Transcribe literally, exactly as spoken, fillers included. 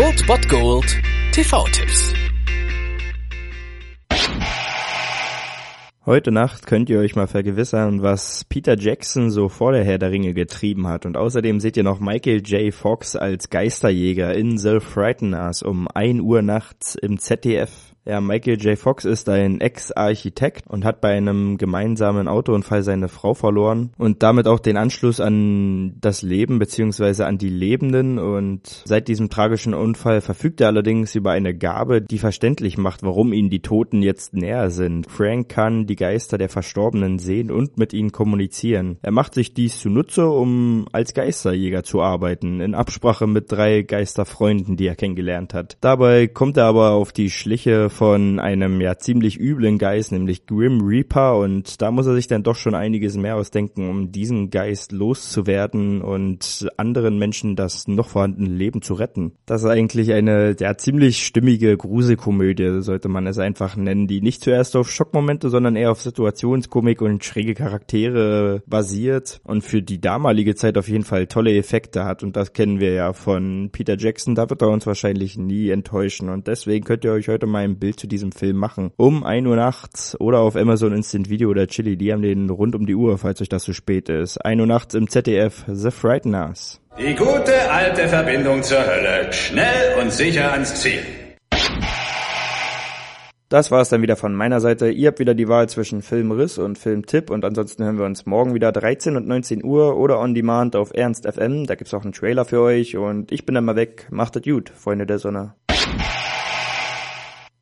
Old Bot Gold T V-Tipps. Heute Nacht könnt ihr euch mal vergewissern, was Peter Jackson so vor der Herr der Ringe getrieben hat. Und außerdem seht ihr noch Michael J. Fox als Geisterjäger in The Frighteners um ein Uhr nachts im Z D F. Ja, Michael J. Fox ist ein Ex-Architekt und hat bei einem gemeinsamen Autounfall seine Frau verloren und damit auch den Anschluss an das Leben bzw. an die Lebenden. Und seit diesem tragischen Unfall verfügt er allerdings über eine Gabe, die verständlich macht, warum ihm die Toten jetzt näher sind. Frank kann die Geister der Verstorbenen sehen und mit ihnen kommunizieren. Er macht sich dies zunutze, um als Geisterjäger zu arbeiten, in Absprache mit drei Geisterfreunden, die er kennengelernt hat. Dabei kommt er aber auf die Schliche von einem ja ziemlich üblen Geist, nämlich Grim Reaper, und da muss er sich dann doch schon einiges mehr ausdenken, um diesen Geist loszuwerden und anderen Menschen das noch vorhandene Leben zu retten. Das ist eigentlich eine ja ziemlich stimmige Gruselkomödie, sollte man es einfach nennen, die nicht zuerst auf Schockmomente, sondern eher auf Situationskomik und schräge Charaktere basiert und für die damalige Zeit auf jeden Fall tolle Effekte hat, und das kennen wir ja von Peter Jackson, da wird er uns wahrscheinlich nie enttäuschen, und deswegen könnt ihr euch heute mal ein Bild zu diesem Film machen. Um ein Uhr nachts oder auf Amazon Instant Video oder Chili, die haben den rund um die Uhr, falls euch das zu spät ist. ein Uhr nachts im Z D F, The Frighteners. Die gute alte Verbindung zur Hölle. Schnell und sicher ans Ziel. Das war es dann wieder von meiner Seite. Ihr habt wieder die Wahl zwischen Filmriss und Filmtipp, und ansonsten hören wir uns morgen wieder dreizehn und neunzehn Uhr oder on demand auf Ernst F M. Da gibt's auch einen Trailer für euch, und ich bin dann mal weg. Macht es gut, Freunde der Sonne.